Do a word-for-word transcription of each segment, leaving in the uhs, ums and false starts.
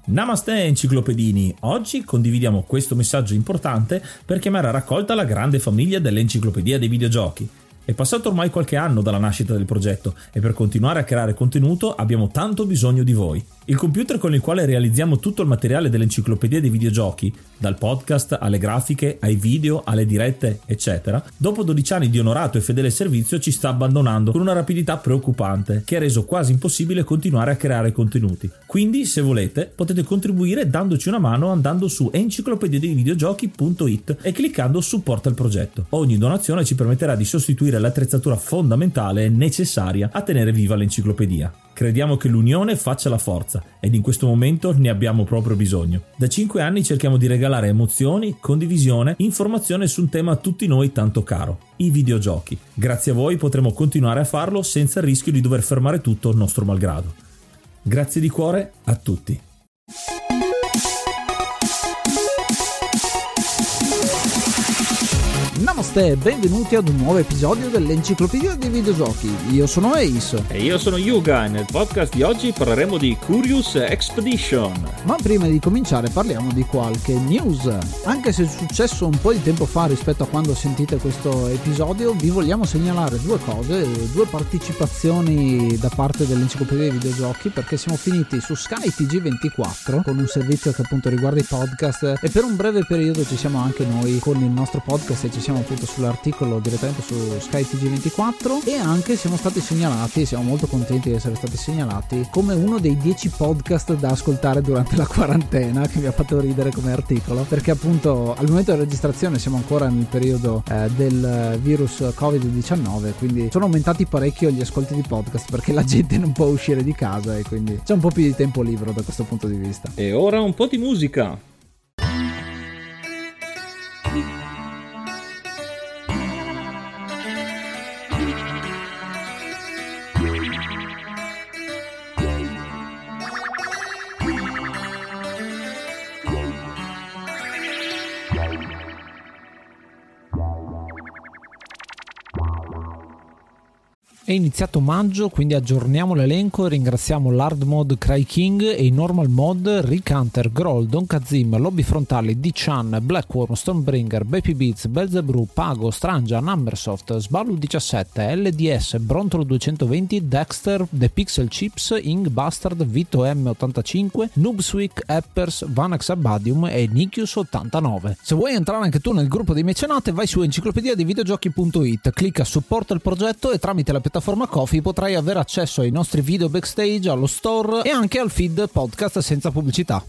Namaste enciclopedini, oggi condividiamo questo messaggio importante per chiamare a raccolta la grande famiglia dell'Enciclopedia dei Videogiochi. È passato ormai qualche anno dalla nascita del progetto e per continuare a creare contenuto abbiamo tanto bisogno di voi. Il computer con il quale realizziamo tutto il materiale dell'Enciclopedia dei Videogiochi, dal podcast alle grafiche, ai video, alle dirette, eccetera, dopo dodici anni di onorato e fedele servizio ci sta abbandonando con una rapidità preoccupante che ha reso quasi impossibile continuare a creare contenuti. Quindi, se volete, potete contribuire dandoci una mano andando su enciclopedia dei videogiochi punto it e cliccando supporta il progetto. Ogni donazione ci permetterà di sostituire l'attrezzatura fondamentale e necessaria a tenere viva l'enciclopedia. Crediamo che l'unione faccia la forza ed in questo momento ne abbiamo proprio bisogno. Da cinque anni cerchiamo di regalare emozioni, condivisione, informazione su un tema a tutti noi tanto caro, i videogiochi. Grazie a voi potremo continuare a farlo senza il rischio di dover fermare tutto nostro malgrado. Grazie di cuore a tutti. Namaste e benvenuti ad un nuovo episodio dell'Enciclopedia dei Videogiochi. Io sono Ace. E io sono Yuga e nel podcast di oggi parleremo di Curious Expedition. Ma prima di cominciare parliamo di qualche news. Anche se è successo un po' di tempo fa rispetto a quando sentite questo episodio, vi vogliamo segnalare due cose, due partecipazioni da parte dell'Enciclopedia dei Videogiochi, perché siamo finiti su Sky T G ventiquattro con un servizio che appunto riguarda i podcast e per un breve periodo ci siamo anche noi con il nostro podcast e ci siamo appunto sull'articolo direttamente su Sky T G ventiquattro e anche siamo stati segnalati, siamo molto contenti di essere stati segnalati come uno dei dieci podcast da ascoltare durante la quarantena, che mi ha fatto ridere come articolo, perché appunto al momento della registrazione siamo ancora nel periodo eh, del virus covid diciannove, quindi sono aumentati parecchio gli ascolti di podcast perché la gente non può uscire di casa e quindi c'è un po' più di tempo libero da questo punto di vista. E ora un po' di musica. È iniziato maggio, quindi aggiorniamo l'elenco e ringraziamo l'Hard Mode Cry King e i Normal Mode Rick Hunter, Groll, Don Kazim, Lobby Frontali, D-Chan, Blackworm, Stonebringer, Baby Beats, Belzebrew, Pago, Strangia, Numbersoft, Sballu diciassette, L D S, Brontolo duecentoventi, Dexter, The Pixel Chips, Ing Bastard, Vito M ottantacinque, Noobswick, Eppers, Vanax Abadium e Nikius ottantanove. Se vuoi entrare anche tu nel gruppo dei mecenate, vai su enciclopedia dei videogiochi punto it, clicca supporta il progetto e tramite la piattaforma Ko-fi potrai avere accesso ai nostri video backstage, allo store e anche al feed podcast senza pubblicità.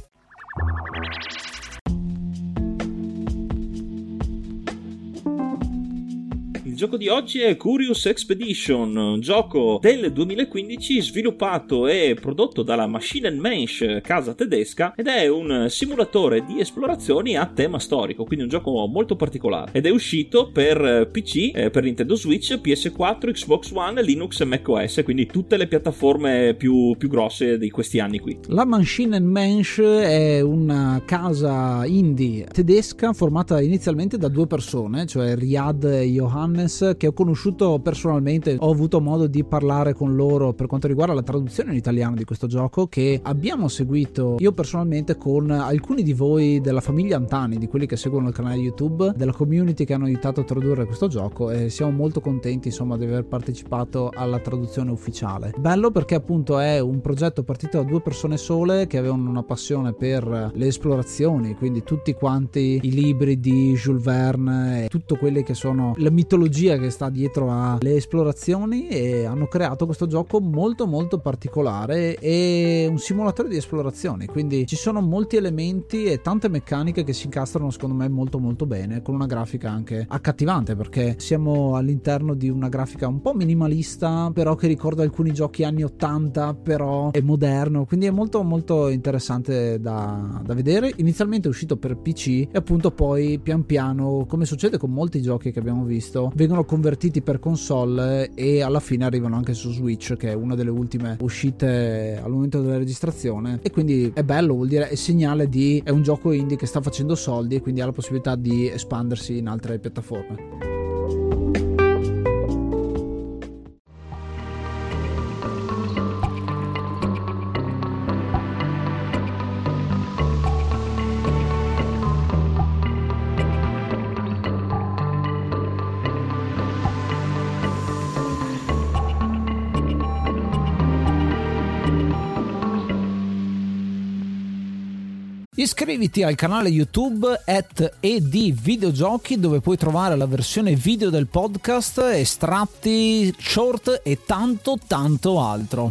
Il gioco di oggi è Curious Expedition, un gioco del duemilaquindici sviluppato e prodotto dalla Machine and Mensch, casa tedesca, ed è un simulatore di esplorazioni a tema storico, quindi un gioco molto particolare. Ed è uscito per P C, eh, per Nintendo Switch, P S quattro, Xbox One, Linux e macOS, quindi tutte le piattaforme più, più grosse di questi anni qui. La Machine and Mensch è una casa indie tedesca formata inizialmente da due persone, cioè Riyad e Johannes, che ho conosciuto personalmente. Ho avuto modo di parlare con loro per quanto riguarda la traduzione in italiano di questo gioco, che abbiamo seguito io personalmente con alcuni di voi della famiglia Antani, di quelli che seguono il canale YouTube, della community che hanno aiutato a tradurre questo gioco, e siamo molto contenti insomma di aver partecipato alla traduzione ufficiale. Bello perché appunto è un progetto partito da due persone sole che avevano una passione per le esplorazioni, quindi tutti quanti i libri di Jules Verne e tutto quelli che sono la mitologia che sta dietro alle esplorazioni, e hanno creato questo gioco molto molto particolare e un simulatore di esplorazioni, quindi ci sono molti elementi e tante meccaniche che si incastrano secondo me molto molto bene, con una grafica anche accattivante, perché siamo all'interno di una grafica un po' minimalista però che ricorda alcuni giochi anni ottanta, però è moderno, quindi è molto molto interessante da, da vedere. Inizialmente è uscito per P C e appunto poi pian piano, come succede con molti giochi che abbiamo visto, vengono convertiti per console e alla fine arrivano anche su Switch, che è una delle ultime uscite al momento della registrazione, e quindi è bello, vuol dire è segnale di è un gioco indie che sta facendo soldi e quindi ha la possibilità di espandersi in altre piattaforme. Iscriviti al canale YouTube at edvideogiochi, dove puoi trovare la versione video del podcast, estratti, short e tanto tanto altro.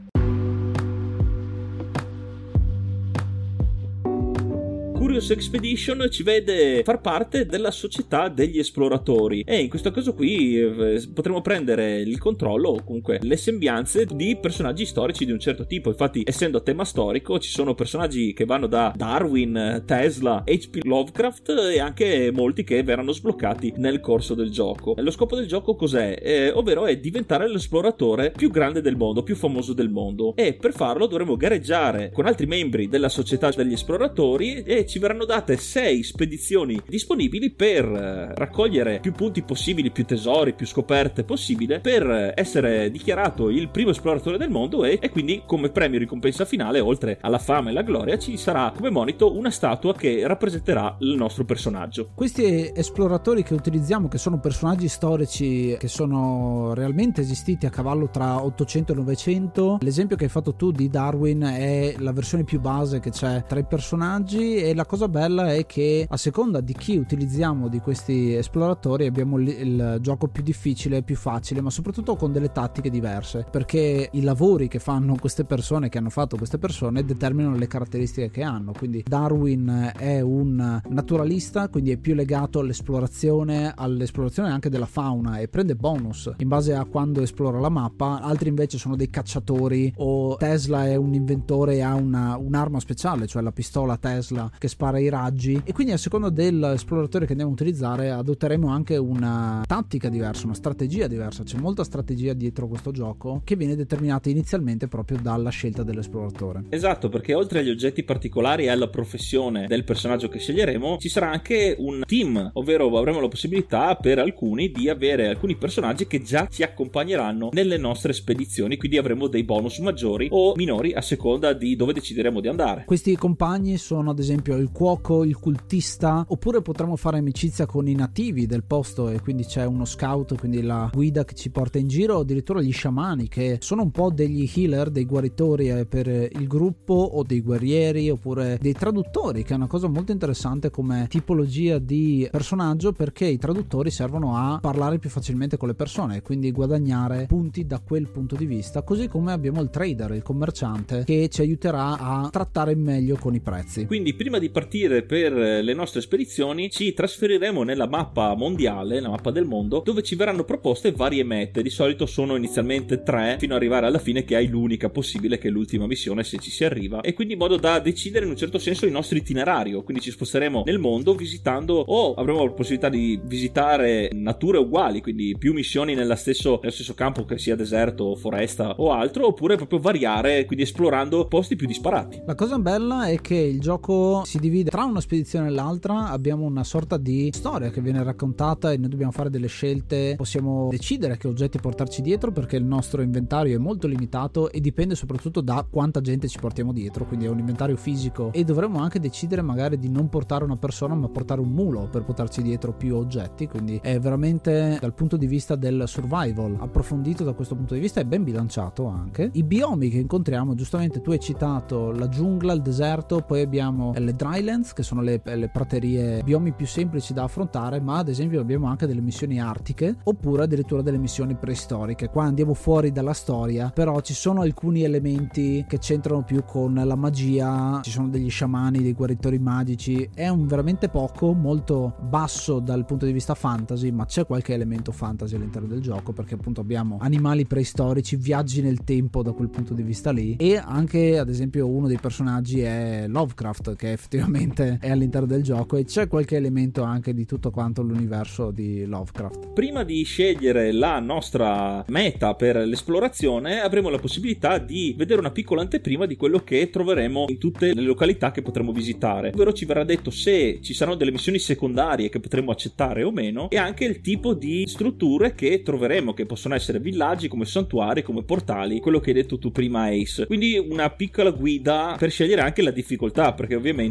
Curious Expedition ci vede far parte della società degli esploratori e in questo caso qui eh, potremo prendere il controllo o comunque le sembianze di personaggi storici di un certo tipo. Infatti, essendo a tema storico, ci sono personaggi che vanno da Darwin, Tesla, H P Lovecraft e anche molti che verranno sbloccati nel corso del gioco. Lo scopo del gioco cos'è? Eh, ovvero è diventare l'esploratore più grande del mondo, più famoso del mondo, e per farlo dovremo gareggiare con altri membri della società degli esploratori e ci verranno date sei spedizioni disponibili per raccogliere più punti possibili, più tesori, più scoperte possibile, per essere dichiarato il primo esploratore del mondo e, e quindi come premio ricompensa finale, oltre alla fama e la gloria, ci sarà come monito una statua che rappresenterà il nostro personaggio. Questi esploratori che utilizziamo, che sono personaggi storici che sono realmente esistiti a cavallo tra ottocento e novecento, l'esempio che hai fatto tu di Darwin è la versione più base che c'è tra i personaggi, e la cosa bella è che a seconda di chi utilizziamo di questi esploratori abbiamo il, il gioco più difficile, più facile, ma soprattutto con delle tattiche diverse, perché i lavori che fanno queste persone, che hanno fatto queste persone, determinano le caratteristiche che hanno. Quindi Darwin è un naturalista, quindi è più legato all'esplorazione, all'esplorazione anche della fauna, e prende bonus in base a quando esplora la mappa. Altri invece sono dei cacciatori, o Tesla è un inventore e ha una, un'arma speciale, cioè la pistola Tesla che spara i raggi, e quindi a seconda dell'esploratore che andiamo a utilizzare adotteremo anche una tattica diversa, una strategia diversa. C'è molta strategia dietro questo gioco che viene determinata inizialmente proprio dalla scelta dell'esploratore. Esatto, perché oltre agli oggetti particolari e alla professione del personaggio che sceglieremo, ci sarà anche un team, ovvero avremo la possibilità per alcuni di avere alcuni personaggi che già ci accompagneranno nelle nostre spedizioni, quindi avremo dei bonus maggiori o minori a seconda di dove decideremo di andare. Questi compagni sono ad esempio il cuoco, il cultista, oppure potremo fare amicizia con i nativi del posto e quindi c'è uno scout, quindi la guida che ci porta in giro, o addirittura gli sciamani, che sono un po' degli healer, dei guaritori per il gruppo, o dei guerrieri, oppure dei traduttori, che è una cosa molto interessante come tipologia di personaggio, perché i traduttori servono a parlare più facilmente con le persone e quindi guadagnare punti da quel punto di vista, così come abbiamo il trader, il commerciante, che ci aiuterà a trattare meglio con i prezzi. Quindi prima di partire per le nostre spedizioni ci trasferiremo nella mappa mondiale, la mappa del mondo, dove ci verranno proposte varie mete. Di solito sono inizialmente tre, fino ad arrivare alla fine che hai l'unica possibile, che è l'ultima missione, se ci si arriva, e quindi in modo da decidere in un certo senso il nostro itinerario. Quindi ci sposteremo nel mondo visitando, o avremo la possibilità di visitare nature uguali, quindi più missioni nella stesso, nello stesso campo, che sia deserto, foresta o altro, oppure proprio variare, quindi esplorando posti più disparati. La cosa bella è che il gioco si divide tra una spedizione e l'altra, abbiamo una sorta di storia che viene raccontata e noi dobbiamo fare delle scelte, possiamo decidere che oggetti portarci dietro, perché il nostro inventario è molto limitato e dipende soprattutto da quanta gente ci portiamo dietro, quindi è un inventario fisico, e dovremmo anche decidere magari di non portare una persona ma portare un mulo per portarci dietro più oggetti, quindi è veramente, dal punto di vista del survival, approfondito da questo punto di vista, è ben bilanciato anche. I biomi che incontriamo, giustamente tu hai citato la giungla, il deserto, poi abbiamo le drylands, che sono le, le praterie, biomi più semplici da affrontare, ma ad esempio abbiamo anche delle missioni artiche, oppure addirittura delle missioni preistoriche. Qua andiamo fuori dalla storia, però ci sono alcuni elementi che c'entrano più con la magia, ci sono degli sciamani, dei guaritori magici, è un veramente poco, molto basso dal punto di vista fantasy, ma c'è qualche elemento fantasy all'interno del gioco, perché appunto abbiamo animali preistorici, viaggi nel tempo da quel punto di vista lì, e anche ad esempio uno dei personaggi è Lovecraft, che effettivamente è all'interno del gioco, e c'è qualche elemento anche di tutto quanto l'universo di Lovecraft. Prima di scegliere la nostra meta per l'esplorazione avremo la possibilità di vedere una piccola anteprima di quello che troveremo in tutte le località che potremo visitare, ovvero ci verrà detto se ci saranno delle missioni secondarie che potremo accettare o meno, e anche il tipo di strutture che troveremo, che possono essere villaggi, come santuari, come portali, quello che hai detto tu prima, Ace. Quindi una piccola guida per scegliere anche la difficoltà, perché ovviamente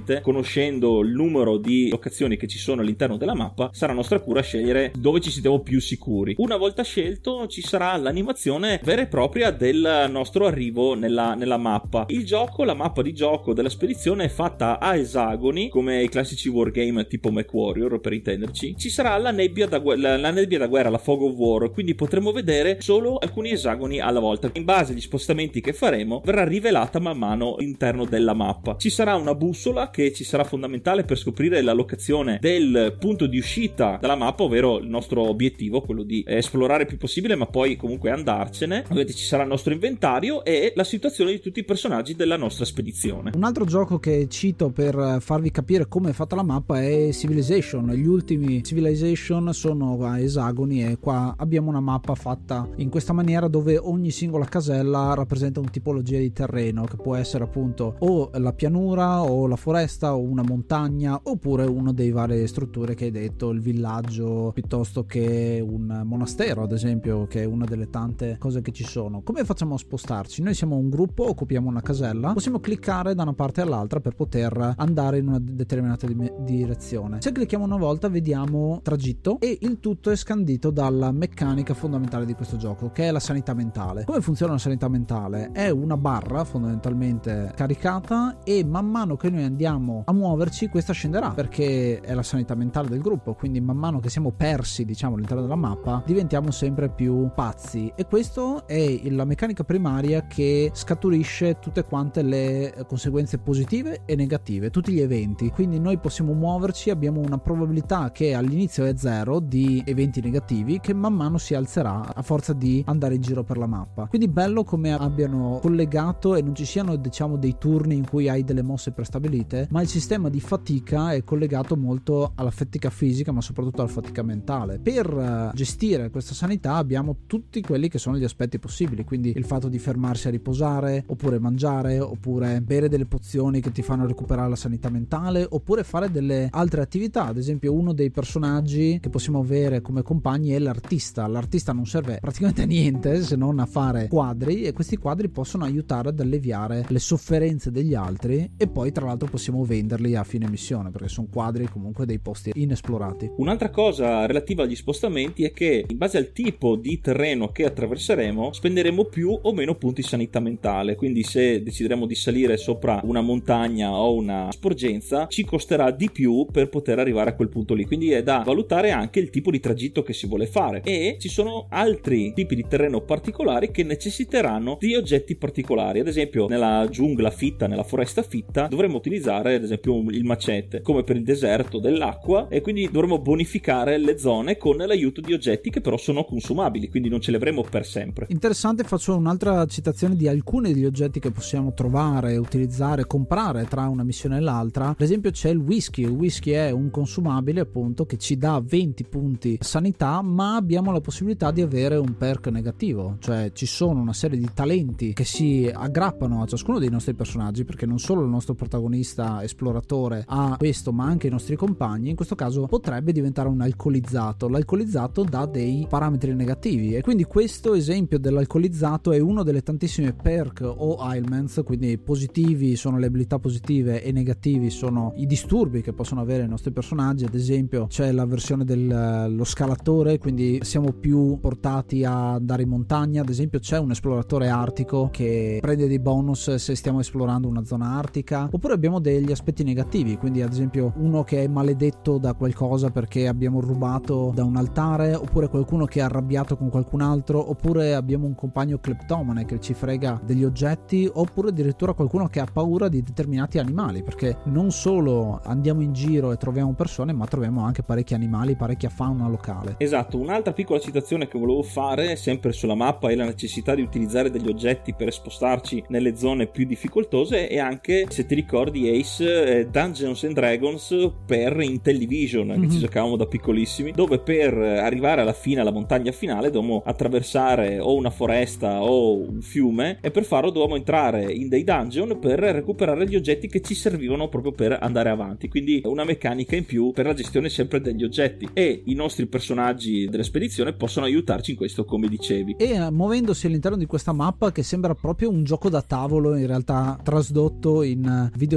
ovviamente conoscendo il numero di locazioni che ci sono all'interno della mappa sarà nostra cura scegliere dove ci sentiamo più sicuri. Una volta scelto ci sarà l'animazione vera e propria del nostro arrivo nella, nella mappa. Il gioco, la mappa di gioco della spedizione è fatta a esagoni come i classici wargame tipo MechWarrior, per intenderci. Ci sarà la nebbia da, la, la nebbia da guerra, la fog of war, quindi potremo vedere solo alcuni esagoni alla volta. In base agli spostamenti che faremo verrà rivelata man mano all'interno della mappa. Ci sarà una bussola che ci sarà fondamentale per scoprire la locazione del punto di uscita dalla mappa, ovvero il nostro obiettivo, quello di esplorare il più possibile ma poi comunque andarcene. Ovviamente ci sarà il nostro inventario e la situazione di tutti i personaggi della nostra spedizione. Un altro gioco che cito per farvi capire come è fatta la mappa è Civilization. Gli ultimi Civilization sono a esagoni e qua abbiamo una mappa fatta in questa maniera dove ogni singola casella rappresenta un tipologia di terreno che può essere appunto o la pianura o la foresta o una montagna oppure uno dei varie strutture che hai detto, il villaggio piuttosto che un monastero ad esempio, che è una delle tante cose che ci sono. Come facciamo a spostarci? Noi siamo un gruppo, occupiamo una casella, possiamo cliccare da una parte all'altra per poter andare in una determinata di- direzione. Se clicchiamo una volta vediamo tragitto e il tutto è scandito dalla meccanica fondamentale di questo gioco, che è la sanità mentale. Come funziona la sanità mentale? È una barra fondamentalmente caricata e man mano che noi andiamo a muoverci questa scenderà, perché è la sanità mentale del gruppo, quindi man mano che siamo persi diciamo all'interno della mappa diventiamo sempre più pazzi, e questo è la meccanica primaria che scaturisce tutte quante le conseguenze positive e negative, tutti gli eventi. Quindi noi possiamo muoverci, abbiamo una probabilità che all'inizio è zero di eventi negativi che man mano si alzerà a forza di andare in giro per la mappa. Quindi bello come abbiano collegato e non ci siano diciamo dei turni in cui hai delle mosse prestabilite, ma il sistema di fatica è collegato molto alla fatica fisica ma soprattutto alla fatica mentale. Per gestire questa sanità abbiamo tutti quelli che sono gli aspetti possibili, quindi il fatto di fermarsi a riposare oppure mangiare oppure bere delle pozioni che ti fanno recuperare la sanità mentale oppure fare delle altre attività. Ad esempio uno dei personaggi che possiamo avere come compagni è l'artista. L'artista non serve praticamente a niente se non a fare quadri, e questi quadri possono aiutare ad alleviare le sofferenze degli altri, e poi tra l'altro possiamo venderli a fine missione perché sono quadri comunque dei posti inesplorati. Un'altra cosa relativa agli spostamenti è che in base al tipo di terreno che attraverseremo spenderemo più o meno punti sanità mentale, quindi se decideremo di salire sopra una montagna o una sporgenza ci costerà di più per poter arrivare a quel punto lì, quindi è da valutare anche il tipo di tragitto che si vuole fare, e ci sono altri tipi di terreno particolari che necessiteranno di oggetti particolari. Ad esempio nella giungla fitta, nella foresta fitta dovremo utilizzare ad esempio il macete, come per il deserto dell'acqua, e quindi dovremo bonificare le zone con l'aiuto di oggetti che però sono consumabili, quindi non ce li avremo per sempre. Interessante, faccio un'altra citazione di alcuni degli oggetti che possiamo trovare, utilizzare, comprare tra una missione e l'altra. Ad esempio c'è il whisky. Il whisky è un consumabile appunto che ci dà venti punti sanità, ma abbiamo la possibilità di avere un perk negativo, cioè ci sono una serie di talenti che si aggrappano a ciascuno dei nostri personaggi, perché non solo il nostro protagonista esploratore ha questo ma anche i nostri compagni. In questo caso potrebbe diventare un alcolizzato. L'alcolizzato dà dei parametri negativi, e quindi questo esempio dell'alcolizzato è uno delle tantissime perk o ailments. Quindi positivi sono le abilità positive e negativi sono i disturbi che possono avere i nostri personaggi. Ad esempio c'è la versione dello scalatore, quindi siamo più portati a andare in montagna. Ad esempio c'è un esploratore artico che prende dei bonus se stiamo esplorando una zona artica. Oppure abbiamo degli aspetti negativi, quindi ad esempio uno che è maledetto da qualcosa perché abbiamo rubato da un altare, oppure qualcuno che è arrabbiato con qualcun altro, oppure abbiamo un compagno cleptomane che ci frega degli oggetti, oppure addirittura qualcuno che ha paura di determinati animali, perché non solo andiamo in giro e troviamo persone, ma troviamo anche parecchi animali, parecchia fauna locale. Esatto. Un'altra piccola citazione che volevo fare sempre sulla mappa è la necessità di utilizzare degli oggetti per spostarci nelle zone più difficoltose, e anche, se ti ricordi Ace, eh, Dungeons and Dragons per Intellivision, mm-hmm. che ci giocavamo da piccolissimi, dove per arrivare alla fine, alla montagna finale, dovevamo attraversare o una foresta o un fiume, e per farlo dovevamo entrare in dei dungeon per recuperare gli oggetti che ci servivano proprio per andare avanti. Quindi una meccanica in più per la gestione sempre degli oggetti, e i nostri personaggi della spedizione possono aiutarci in questo, come dicevi. E eh, muovendosi all'interno di questa mappa che sembra proprio un gioco da tavolo, in realtà trasdotto in videogioco,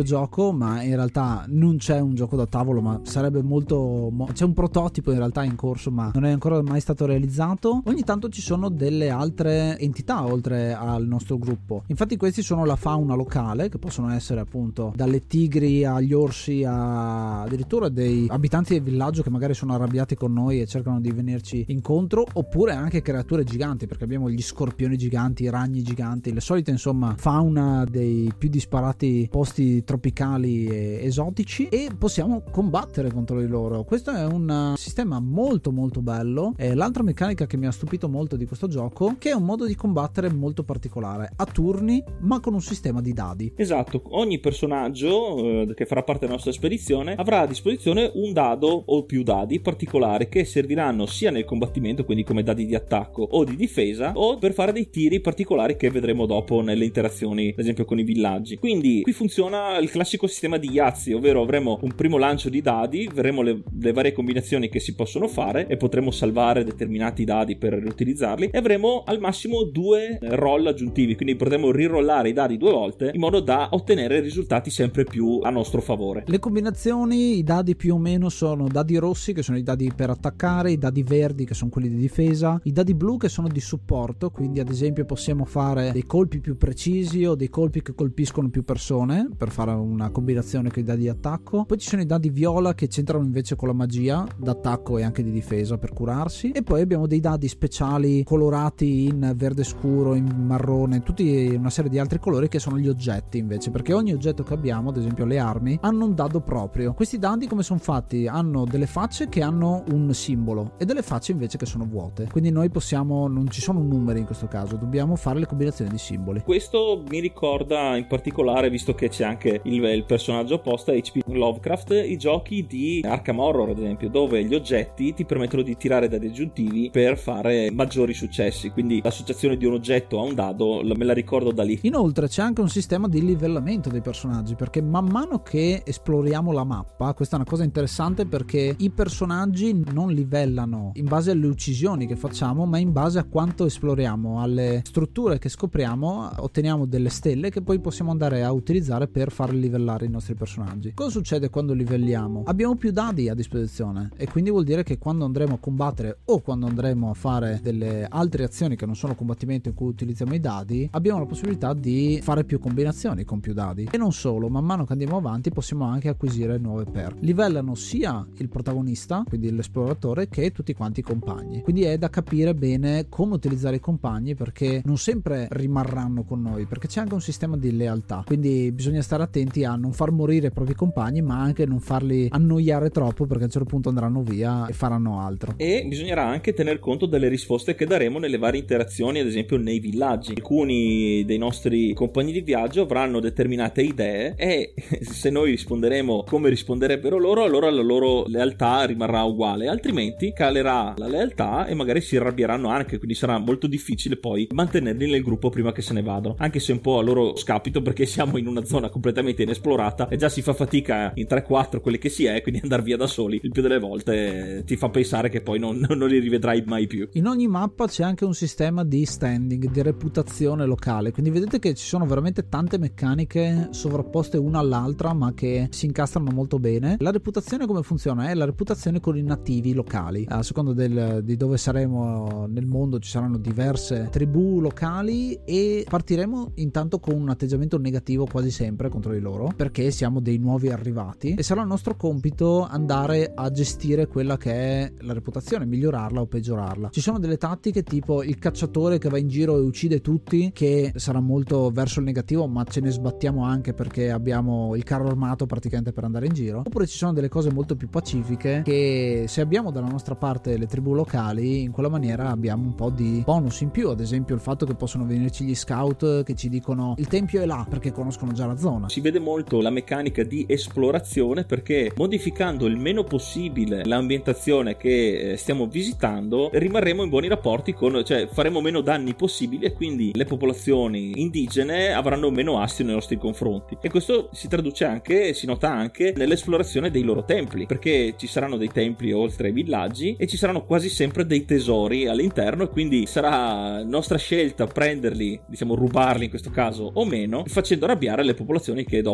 gioco, ma in realtà non c'è un gioco da tavolo, ma sarebbe molto mo- c'è un prototipo in realtà in corso, ma non è ancora mai stato realizzato. Ogni tanto ci sono delle altre entità oltre al nostro gruppo, infatti questi sono la fauna locale, che possono essere appunto dalle tigri agli orsi a addirittura dei abitanti del villaggio che magari sono arrabbiati con noi e cercano di venirci incontro, oppure anche creature giganti, perché abbiamo gli scorpioni giganti, i ragni giganti, le solite insomma fauna dei più disparati posti tropicali e esotici, e possiamo combattere contro di loro. Questo è un sistema molto molto bello. E l'altra meccanica che mi ha stupito molto di questo gioco, che è un modo di combattere molto particolare, a turni ma con un sistema di dadi. Esatto, ogni personaggio eh, che farà parte della nostra spedizione avrà a disposizione un dado o più dadi particolari che serviranno sia nel combattimento, quindi come dadi di attacco o di difesa, o per fare dei tiri particolari che vedremo dopo nelle interazioni, ad esempio con i villaggi. Quindi qui funziona il classico sistema di Yahtzee, ovvero avremo un primo lancio di dadi, vedremo le, le varie combinazioni che si possono fare e potremo salvare determinati dadi per riutilizzarli, e avremo al massimo due roll aggiuntivi, quindi potremo rirollare i dadi due volte in modo da ottenere risultati sempre più a nostro favore. Le combinazioni, i dadi più o meno sono dadi rossi, che sono i dadi per attaccare, i dadi verdi che sono quelli di difesa, i dadi blu che sono di supporto, quindi ad esempio possiamo fare dei colpi più precisi o dei colpi che colpiscono più persone per fare una combinazione con i dadi di attacco. Poi ci sono i dadi viola che c'entrano invece con la magia d'attacco e anche di difesa per curarsi, e poi abbiamo dei dadi speciali colorati in verde scuro, in marrone, tutti una serie di altri colori che sono gli oggetti invece, perché ogni oggetto che abbiamo, ad esempio le armi, hanno un dado proprio. Questi dadi come sono fatti? Hanno delle facce che hanno un simbolo e delle facce invece che sono vuote, quindi noi possiamo, non ci sono numeri in questo caso, dobbiamo fare le combinazioni di simboli. Questo mi ricorda in particolare, visto che c'è anche il, il personaggio opposto a H P Lovecraft, i giochi di Arkham Horror ad esempio, dove gli oggetti ti permettono di tirare dadi aggiuntivi per fare maggiori successi, quindi l'associazione di un oggetto a un dado me la ricordo da lì. Inoltre c'è anche un sistema di livellamento dei personaggi, perché man mano che esploriamo la mappa, questa è una cosa interessante, perché i personaggi non livellano in base alle uccisioni che facciamo, ma in base a quanto esploriamo, alle strutture che scopriamo, otteniamo delle stelle che poi possiamo andare a utilizzare per far livellare i nostri personaggi. Cosa succede quando livelliamo? Abbiamo più dadi a disposizione, e quindi vuol dire che quando andremo a combattere o quando andremo a fare delle altre azioni che non sono combattimento in cui utilizziamo i dadi, abbiamo la possibilità di fare più combinazioni con più dadi. E non solo, man mano che andiamo avanti possiamo anche acquisire nuove perle. Livellano sia il protagonista, quindi l'esploratore, che tutti quanti i compagni, quindi è da capire bene come utilizzare i compagni, perché non sempre rimarranno con noi, perché c'è anche un sistema di lealtà, quindi bisogna stare attenti a non far morire i propri compagni, ma anche non farli annoiare troppo, perché a un certo punto andranno via e faranno altro. E bisognerà anche tener conto delle risposte che daremo nelle varie interazioni, ad esempio nei villaggi. Alcuni dei nostri compagni di viaggio avranno determinate idee, e se noi risponderemo come risponderebbero loro, allora la loro lealtà rimarrà uguale, altrimenti calerà la lealtà e magari si arrabbieranno anche, quindi sarà molto difficile poi mantenerli nel gruppo prima che se ne vadano, anche se un po' a loro scapito, perché siamo in una zona completamente inesplorata e già si fa fatica in tre quattro quelli che si è, quindi andare via da soli il più delle volte ti fa pensare che poi non, non li rivedrai mai più. In ogni mappa c'è anche un sistema di standing, di reputazione locale, quindi vedete che ci sono veramente tante meccaniche sovrapposte una all'altra ma che si incastrano molto bene. La reputazione come funziona? È la reputazione con i nativi locali, a seconda del, di dove saremo nel mondo ci saranno diverse tribù locali, e partiremo intanto con un atteggiamento negativo quasi sempre contro di loro, perché siamo dei nuovi arrivati, e sarà il nostro compito andare a gestire quella che è la reputazione, migliorarla o peggiorarla. Ci sono delle tattiche tipo il cacciatore che va in giro e uccide tutti, che sarà molto verso il negativo, ma ce ne sbattiamo anche perché abbiamo il carro armato praticamente per andare in giro. Oppure ci sono delle cose molto più pacifiche, che se abbiamo dalla nostra parte le tribù locali, in quella maniera abbiamo un po' di bonus in più, ad esempio il fatto che possono venirci gli scout che ci dicono il tempio è là, perché conoscono già la zona. Si vede molto la meccanica di esplorazione, perché modificando il meno possibile l'ambientazione che stiamo visitando rimarremo in buoni rapporti con, cioè faremo meno danni possibili, e quindi le popolazioni indigene avranno meno astio nei nostri confronti. E questo si traduce anche, si nota anche nell'esplorazione dei loro templi, perché ci saranno dei templi oltre ai villaggi e ci saranno quasi sempre dei tesori all'interno, e quindi sarà nostra scelta prenderli, diciamo rubarli in questo caso o meno, facendo arrabbiare le popolazioni che dopo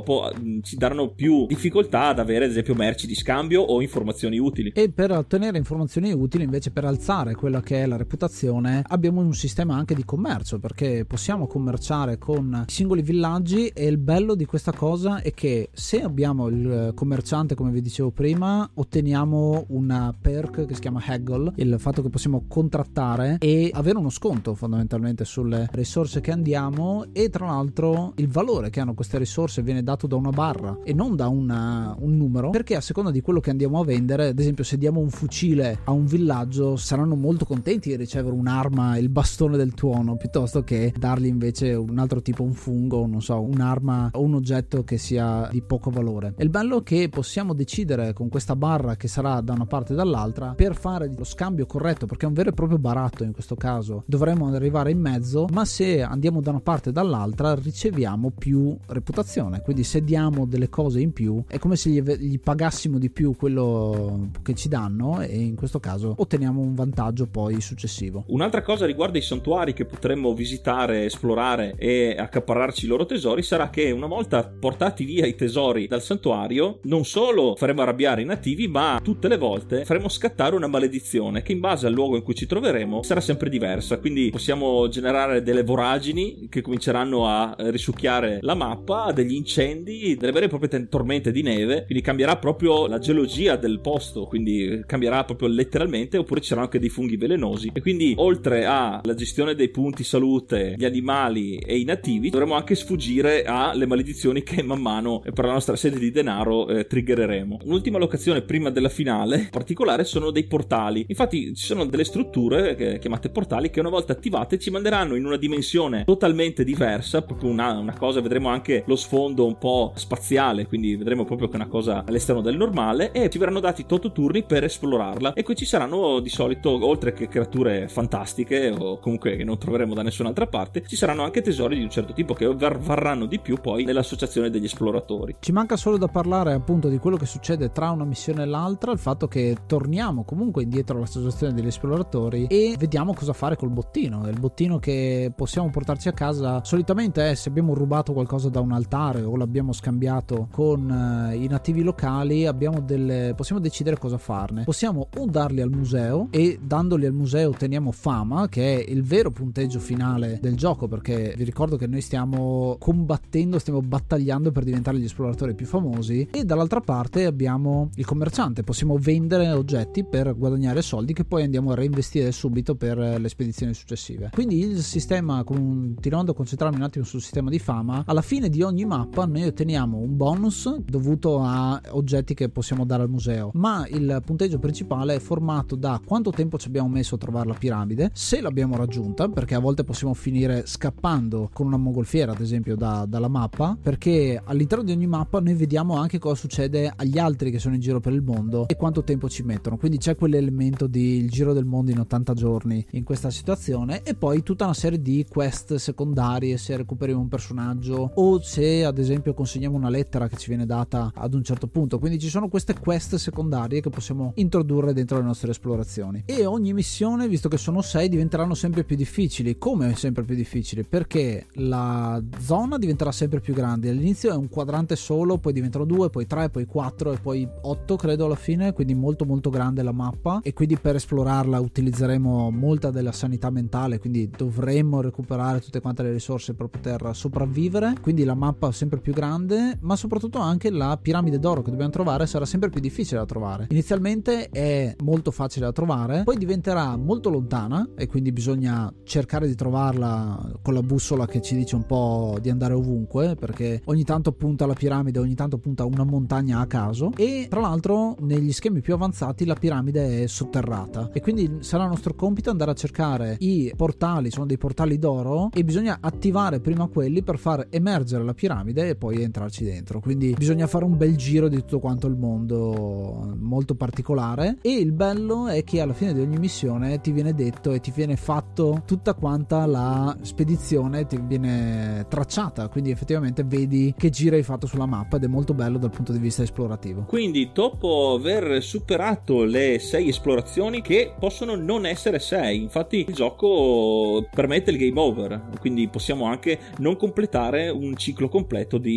dopo mh, ci daranno più difficoltà ad avere ad esempio merci di scambio o informazioni utili. E per ottenere informazioni utili, invece, per alzare quella che è la reputazione, abbiamo un sistema anche di commercio, perché possiamo commerciare con i singoli villaggi, e il bello di questa cosa è che se abbiamo il commerciante, come vi dicevo prima, otteniamo una perk che si chiama Haggle, il fatto che possiamo contrattare e avere uno sconto fondamentalmente sulle risorse che andiamo, e tra l'altro il valore che hanno queste risorse viene dato da una barra e non da una, un numero, perché a seconda di quello che andiamo a vendere, ad esempio se diamo un fucile a un villaggio saranno molto contenti di ricevere un'arma, il bastone del tuono, piuttosto che dargli invece un altro tipo, un fungo, non so, un'arma o un oggetto che sia di poco valore. E il bello è che possiamo decidere con questa barra, che sarà da una parte e dall'altra, per fare lo scambio corretto, perché è un vero e proprio baratto in questo caso, dovremmo arrivare in mezzo, ma se andiamo da una parte e dall'altra riceviamo più reputazione, quindi se diamo delle cose in più è come se gli, gli pagassimo di più quello che ci danno, e in questo caso otteniamo un vantaggio poi successivo. Un'altra cosa riguardo i santuari che potremmo visitare, esplorare e accaparrarci i loro tesori sarà che una volta portati via i tesori dal santuario, non solo faremo arrabbiare i nativi, ma tutte le volte faremo scattare una maledizione che in base al luogo in cui ci troveremo sarà sempre diversa, quindi possiamo generare delle voragini che cominceranno a risucchiare la mappa, degli incendi, delle vere e proprie tormente di neve, quindi cambierà proprio la geologia del posto, quindi cambierà proprio letteralmente, oppure ci saranno anche dei funghi velenosi, e quindi oltre alla gestione dei punti salute, gli animali e i nativi, dovremo anche sfuggire alle maledizioni che man mano per la nostra sede di denaro eh, triggereremo. Un'ultima locazione prima della finale in particolare sono dei portali. Infatti ci sono delle strutture che, chiamate portali, che una volta attivate ci manderanno in una dimensione totalmente diversa, proprio una, una cosa, vedremo anche lo sfondo un po' spaziale, quindi vedremo proprio che è una cosa all'esterno del normale, e ci verranno dati tot turni per esplorarla, e qui ci saranno di solito, oltre che creature fantastiche o comunque che non troveremo da nessun'altra parte, ci saranno anche tesori di un certo tipo che varranno di più poi nell'associazione degli esploratori. Ci manca solo da parlare appunto di quello che succede tra una missione e l'altra, il fatto che torniamo comunque indietro all'associazione degli esploratori e vediamo cosa fare col bottino. Il bottino che possiamo portarci a casa solitamente è se abbiamo rubato qualcosa da un altare o l'abbiamo scambiato con uh, i nativi locali, abbiamo delle possiamo decidere cosa farne. Possiamo o darli al museo, e dandoli al museo otteniamo fama, che è il vero punteggio finale del gioco, perché vi ricordo che noi stiamo combattendo, stiamo battagliando per diventare gli esploratori più famosi, e dall'altra parte abbiamo il commerciante, possiamo vendere oggetti per guadagnare soldi che poi andiamo a reinvestire subito per le spedizioni successive. Quindi il sistema, continuando a concentrarmi un attimo sul sistema di fama, alla fine di ogni mappa noi otteniamo un bonus dovuto a oggetti che possiamo dare al museo, ma il punteggio principale è formato da quanto tempo ci abbiamo messo a trovare la piramide, se l'abbiamo raggiunta, perché a volte possiamo finire scappando con una mongolfiera ad esempio da, dalla mappa, perché all'interno di ogni mappa noi vediamo anche cosa succede agli altri che sono in giro per il mondo e quanto tempo ci mettono, quindi c'è quell'elemento di il giro del mondo in ottanta giorni in questa situazione, e poi tutta una serie di quest secondarie se recuperiamo un personaggio o se ad esempio consegniamo una lettera che ci viene data ad un certo punto. Quindi ci sono queste quest secondarie che possiamo introdurre dentro le nostre esplorazioni, e ogni missione, visto che sono sei, diventeranno sempre più difficili. Come sempre più difficili? Perché la zona diventerà sempre più grande. All'inizio è un quadrante solo, poi diventano due, poi tre, poi quattro e poi otto credo alla fine, quindi molto molto grande la mappa, e quindi per esplorarla utilizzeremo molta della sanità mentale, quindi dovremmo recuperare tutte quante le risorse per poter sopravvivere. Quindi la mappa è sempre più grande, ma soprattutto anche la piramide d'oro che dobbiamo trovare sarà sempre più difficile da trovare. Inizialmente è molto facile da trovare, poi diventerà molto lontana e quindi bisogna cercare di trovarla con la bussola che ci dice un po' di andare ovunque, perché ogni tanto punta alla piramide, ogni tanto punta a una montagna a caso, e tra l'altro negli schemi più avanzati la piramide è sotterrata, e quindi sarà nostro compito andare a cercare i portali, sono dei portali d'oro, e bisogna attivare prima quelli per far emergere la piramide e poi entrarci dentro. Quindi bisogna fare un bel giro di tutto quanto il mondo, molto particolare, e il bello è che alla fine di ogni missione ti viene detto e ti viene fatto tutta quanta la spedizione, ti viene tracciata, quindi effettivamente vedi che giro hai fatto sulla mappa, ed è molto bello dal punto di vista esplorativo. Quindi dopo aver superato le sei esplorazioni, che possono non essere sei, infatti il gioco permette il game over, quindi possiamo anche non completare un ciclo completo di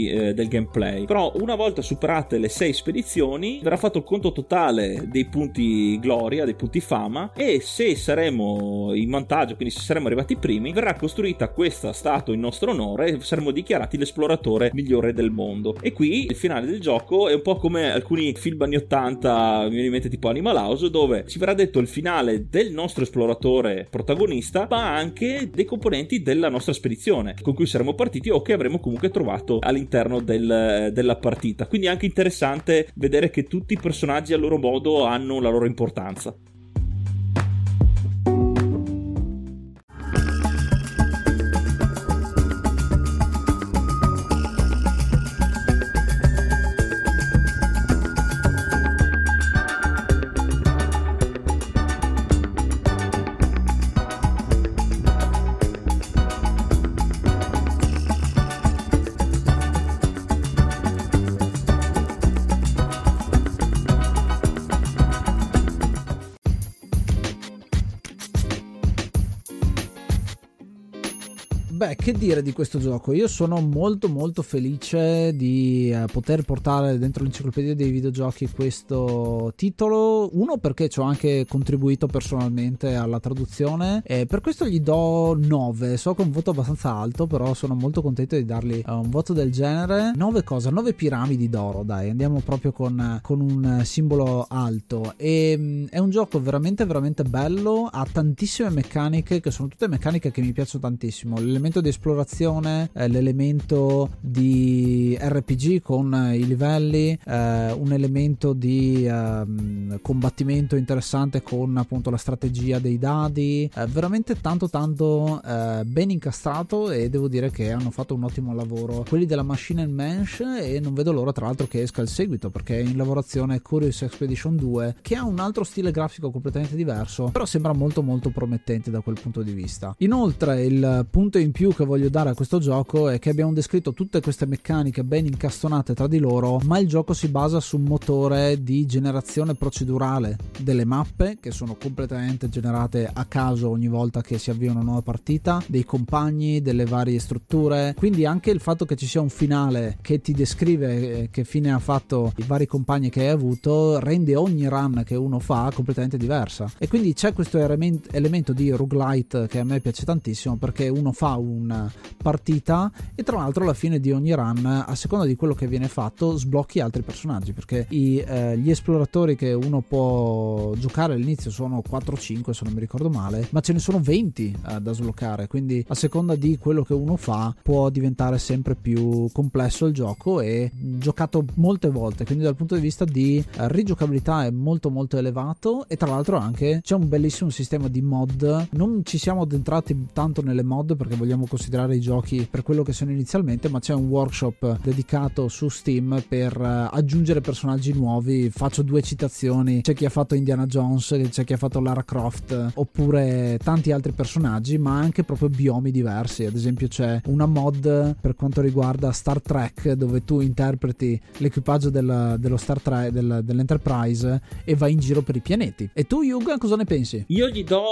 di, eh, del gameplay. Però una volta superate le sei spedizioni verrà fatto il conto totale dei punti gloria, dei punti fama, e se saremo in vantaggio, quindi se saremo arrivati primi, verrà costruita questa statua in nostro onore e saremo dichiarati l'esploratore migliore del mondo. E qui il finale del gioco è un po' come alcuni film anni ottanta, mi viene in mente tipo Animal House, dove ci verrà detto il finale del nostro esploratore protagonista, ma anche dei componenti della nostra spedizione con cui saremo partiti o che avremo comunque trovato all'interno del, della partita. Quindi è anche interessante vedere che tutti i personaggi a loro modo hanno la loro importanza. Beh, che dire di questo gioco? Io sono molto molto felice di eh, poter portare dentro l'enciclopedia dei videogiochi questo titolo. Uno, perché ci ho anche contribuito personalmente alla traduzione, e per questo gli do nove. So che è un voto abbastanza alto, però sono molto contento di dargli uh, un voto del genere. nove cosa? nove piramidi d'oro, dai, andiamo proprio con, con un simbolo alto. E mh, è un gioco veramente veramente bello, ha tantissime meccaniche che sono tutte meccaniche che mi piacciono tantissimo. L'elemento di esplorazione, eh, l'elemento di R P G con eh, i livelli, eh, un elemento di eh, combattimento interessante con appunto la strategia dei dadi, eh, veramente tanto tanto eh, ben incastrato, e devo dire che hanno fatto un ottimo lavoro quelli della Machine and Mansh, e non vedo l'ora tra l'altro che esca il seguito, perché è in lavorazione Curious Expedition due, che ha un altro stile grafico completamente diverso, però sembra molto molto promettente da quel punto di vista. Inoltre il punto in più che voglio dare a questo gioco è che abbiamo descritto tutte queste meccaniche ben incastonate tra di loro, ma il gioco si basa su un motore di generazione procedurale delle mappe, che sono completamente generate a caso ogni volta che si avvia una nuova partita, dei compagni, delle varie strutture. Quindi anche il fatto che ci sia un finale che ti descrive che fine ha fatto i vari compagni che hai avuto rende ogni run che uno fa completamente diversa, e quindi c'è questo elemento di roguelite che a me piace tantissimo, perché uno fa una partita e tra l'altro alla fine di ogni run, a seconda di quello che viene fatto, sblocchi altri personaggi, perché i, eh, gli esploratori che uno può giocare all'inizio sono quattro o cinque se non mi ricordo male, ma ce ne sono venti eh, da sbloccare, quindi a seconda di quello che uno fa può diventare sempre più complesso il gioco, e giocato molte volte, quindi dal punto di vista di eh, rigiocabilità è molto molto elevato. E tra l'altro anche c'è un bellissimo sistema di mod. Non ci siamo addentrati tanto nelle mod perché vogliamo considerare i giochi per quello che sono inizialmente, ma c'è un workshop dedicato su Steam per uh, aggiungere personaggi nuovi. Faccio due citazioni: c'è chi ha fatto Indiana Jones, c'è chi ha fatto Lara Croft, oppure tanti altri personaggi, ma anche proprio biomi diversi. Ad esempio c'è una mod per quanto riguarda Star Trek, dove tu interpreti l'equipaggio del, dello Star Trek del, dell'Enterprise e vai in giro per i pianeti. E tu, Yuga, cosa ne pensi? Io gli do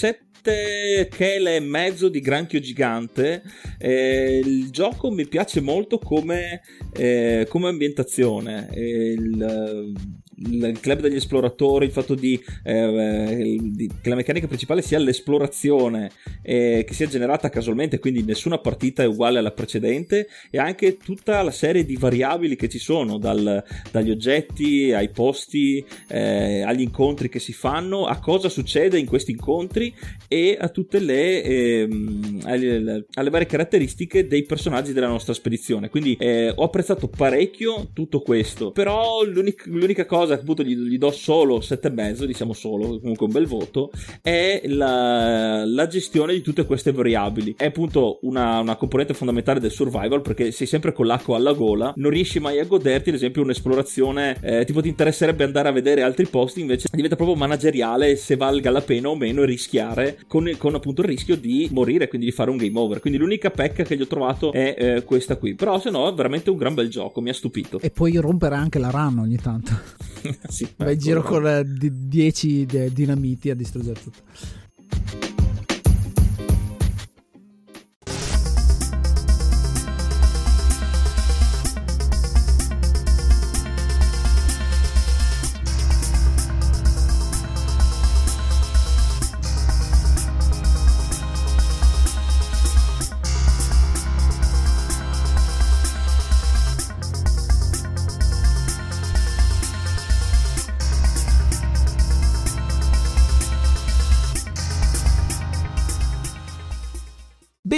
sette chele e mezzo di granchio gigante. Eh, il gioco mi piace molto come, eh, come ambientazione. Eh, il, il club degli esploratori, il fatto di, eh, di che la meccanica principale sia l'esplorazione, eh, che sia generata casualmente, quindi nessuna partita è uguale alla precedente, e anche tutta la serie di variabili che ci sono, dal, dagli oggetti ai posti, eh, agli incontri che si fanno, a cosa succede in questi incontri e a tutte le, eh, alle, alle varie caratteristiche dei personaggi della nostra spedizione. Quindi eh, ho apprezzato parecchio tutto questo, però l'unica, l'unica cosa che appunto gli, gli do solo sette e mezzo, diciamo solo, comunque un bel voto, è la, la gestione di tutte queste variabili. È appunto una, una componente fondamentale del survival, perché sei sempre con l'acqua alla gola, non riesci mai a goderti ad esempio un'esplorazione, eh, tipo ti interesserebbe andare a vedere altri posti, invece diventa proprio manageriale se valga la pena o meno rischiare, con, con appunto il rischio di morire, quindi di fare un game over. Quindi l'unica pecca che gli ho trovato è eh, questa qui, però se no è veramente un gran bel gioco, mi ha stupito. E puoi rompere anche la run ogni tanto. Sì, vai in giro con eh, dieci dinamiti a distruggere tutto.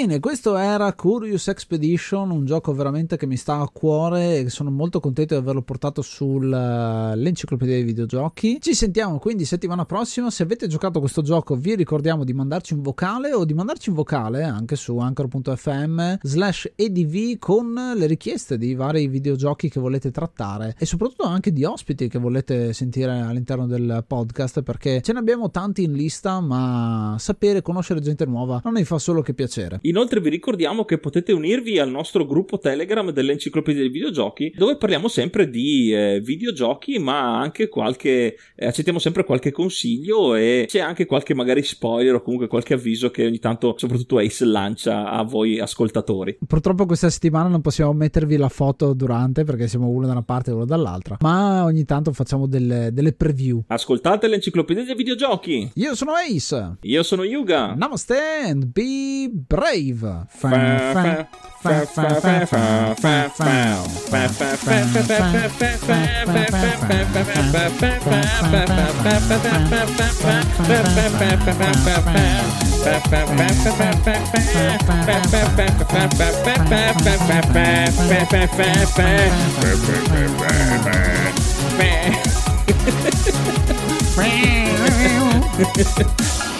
Bene, questo era Curious Expedition, un gioco veramente che mi sta a cuore e sono molto contento di averlo portato sull'enciclopedia dei videogiochi. Ci sentiamo quindi settimana prossima. Se avete giocato questo gioco vi ricordiamo di mandarci un vocale o di mandarci un vocale anche su anchor punto effe emme slash edv con le richieste di vari videogiochi che volete trattare e soprattutto anche di ospiti che volete sentire all'interno del podcast, perché ce ne abbiamo tanti in lista, ma sapere, conoscere gente nuova non mi fa solo che piacere. Inoltre vi ricordiamo che potete unirvi al nostro gruppo Telegram dell'enciclopedia dei videogiochi, dove parliamo sempre di eh, videogiochi, ma anche qualche eh, accettiamo sempre qualche consiglio e c'è anche qualche magari spoiler o comunque qualche avviso che ogni tanto soprattutto Ace lancia a voi ascoltatori. Purtroppo questa settimana non possiamo mettervi la foto durante perché siamo uno da una parte e uno dall'altra, ma ogni tanto facciamo delle, delle preview. Ascoltate l'enciclopedia dei videogiochi. Io sono Ace. Io sono Yuga. Namaste and be brave. Brave.